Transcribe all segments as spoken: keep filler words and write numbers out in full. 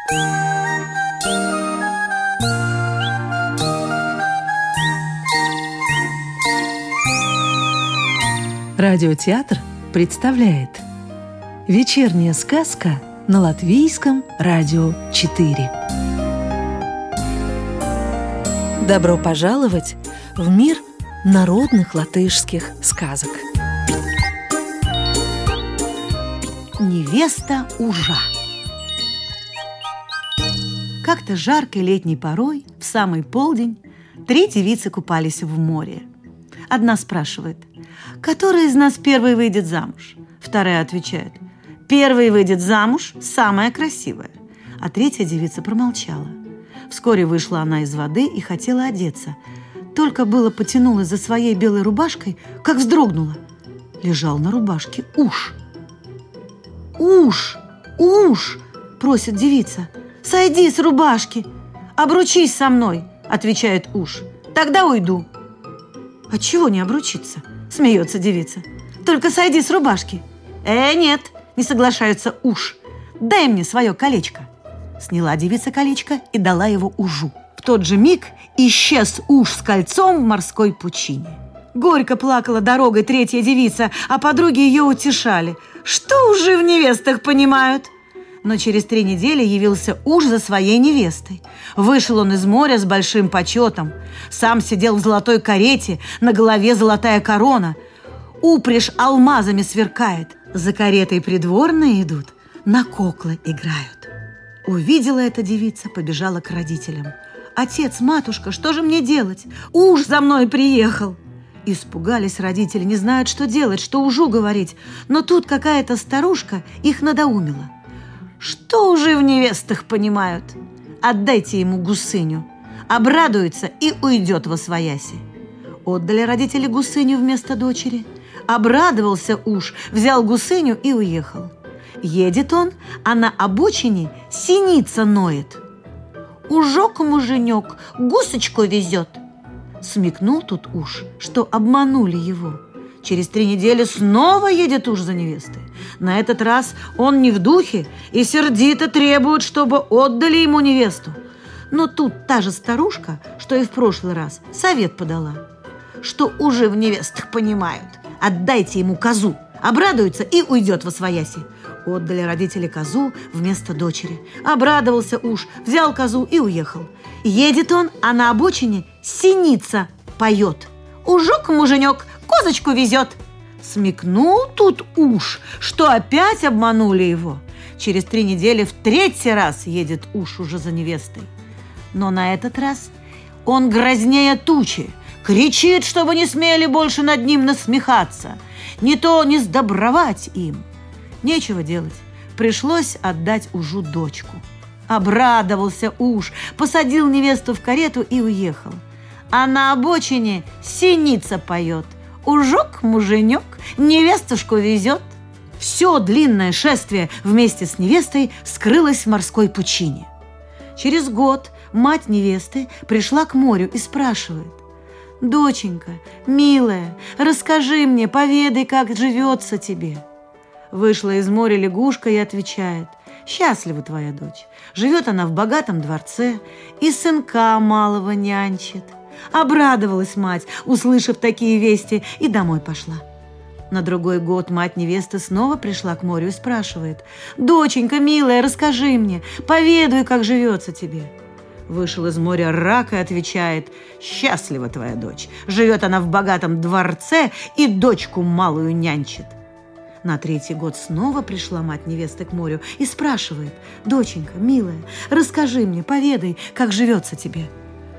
Радиотеатр представляет «Вечерняя сказка» на Латвийском радио четыре. Добро пожаловать в мир народных латышских сказок. Невеста ужа. Как-то жаркой летней порой, в самый полдень, три девицы купались в море. Одна спрашивает: «Которая из нас первой выйдет замуж?» Вторая отвечает: «Первой выйдет замуж самая красивая». А третья девица промолчала. Вскоре вышла она из воды и хотела одеться. Только было потянулась за своей белой рубашкой, как вздрогнула. Лежал на рубашке уж. «Уж! Уж!» – просит девица. «Сойди с рубашки! Обручись со мной!» – отвечает уж. «Тогда уйду». «А чего не обручиться?» – смеется девица. «Только сойди с рубашки». «Э, нет!» – не соглашается уж. «Дай мне свое колечко». Сняла девица колечко и дала его ужу. В тот же миг исчез уж с кольцом в морской пучине. Горько плакала дорогой третья девица, а подруги ее утешали. Что ужи в невестах понимают? Но через три недели явился уж за своей невестой. Вышел он из моря с большим почетом. Сам сидел в золотой карете, на голове золотая корона. Упряжь алмазами сверкает. За каретой придворные идут, на коклы играют. Увидела эта девица, побежала к родителям. «Отец, матушка, что же мне делать? Уж за мной приехал!» Испугались родители, не знают, что делать, что ужу говорить. Но тут какая-то старушка их надоумила. «Что уже в невестах понимают? Отдайте ему гусыню. Обрадуется и уйдет восвояси». Отдали родители гусыню вместо дочери. Обрадовался уж, взял гусыню и уехал. Едет он, а на обочине синица ноет. «Ужок муженек гусочку везет». Смекнул тут уж, что обманули его. Через три недели снова едет уж за невестой. На этот раз он не в духе и сердито требует, чтобы отдали ему невесту. Но тут та же старушка, что и в прошлый раз, совет подала. Что уже в невестах понимают. Отдайте ему козу. Обрадуется и уйдет восвояси. Отдали родители козу вместо дочери. Обрадовался уж, взял козу и уехал. Едет он, а на обочине синица поет. «Ужок муженек козочку везет». Смекнул тут уж, что опять обманули его. Через три недели в третий раз едет уж уже за невестой. Но на этот раз он грознее тучи, кричит, чтобы не смели больше над ним насмехаться. Не то не сдобровать им. Нечего делать, пришлось отдать ужу дочку. Обрадовался уж, посадил невесту в карету и уехал. А на обочине синица поет. «Ужок муженек невестушку везет». Все длинное шествие вместе с невестой скрылось в морской пучине. Через год мать невесты пришла к морю и спрашивает: «Доченька, милая, расскажи мне, поведай, как живется тебе». Вышла из моря лягушка и отвечает: «Счастлива твоя дочь. Живет она в богатом дворце и сынка малого нянчит». Обрадовалась мать, услышав такие вести, и домой пошла. На другой год мать невесты снова пришла к морю и спрашивает: «Доченька, милая, расскажи мне, поведай, как живется тебе». Вышел из моря рак и отвечает: «Счастлива твоя дочь. Живет она в богатом дворце и дочку малую нянчит». На третий год снова пришла мать невесты к морю и спрашивает: «Доченька, милая, расскажи мне, поведай, как живется тебе».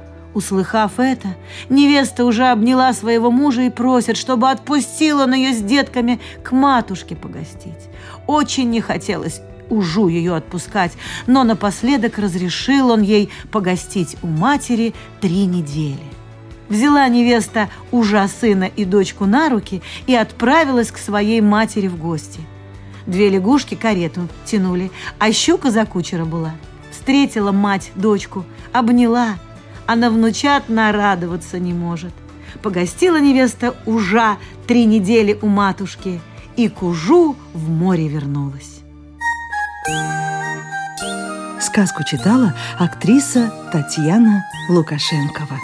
Услыхав это, невеста уже обняла своего мужа и просит, чтобы отпустил он ее с детками к матушке погостить. Очень не хотелось ужу ее отпускать, но напоследок разрешил он ей погостить у матери три недели. Взяла невеста ужа сына и дочку на руки и отправилась к своей матери в гости. Две лягушки карету тянули, а щука за кучера была. Встретила мать дочку, обняла, а на внучат нарадоваться не может. Погостила невеста ужа три недели у матушки и к ужу в море вернулась. Сказку читала актриса Татьяна Лукашенкова.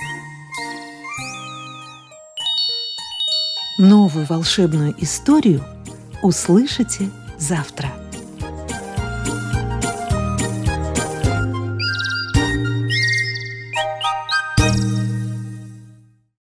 Новую волшебную историю услышите завтра.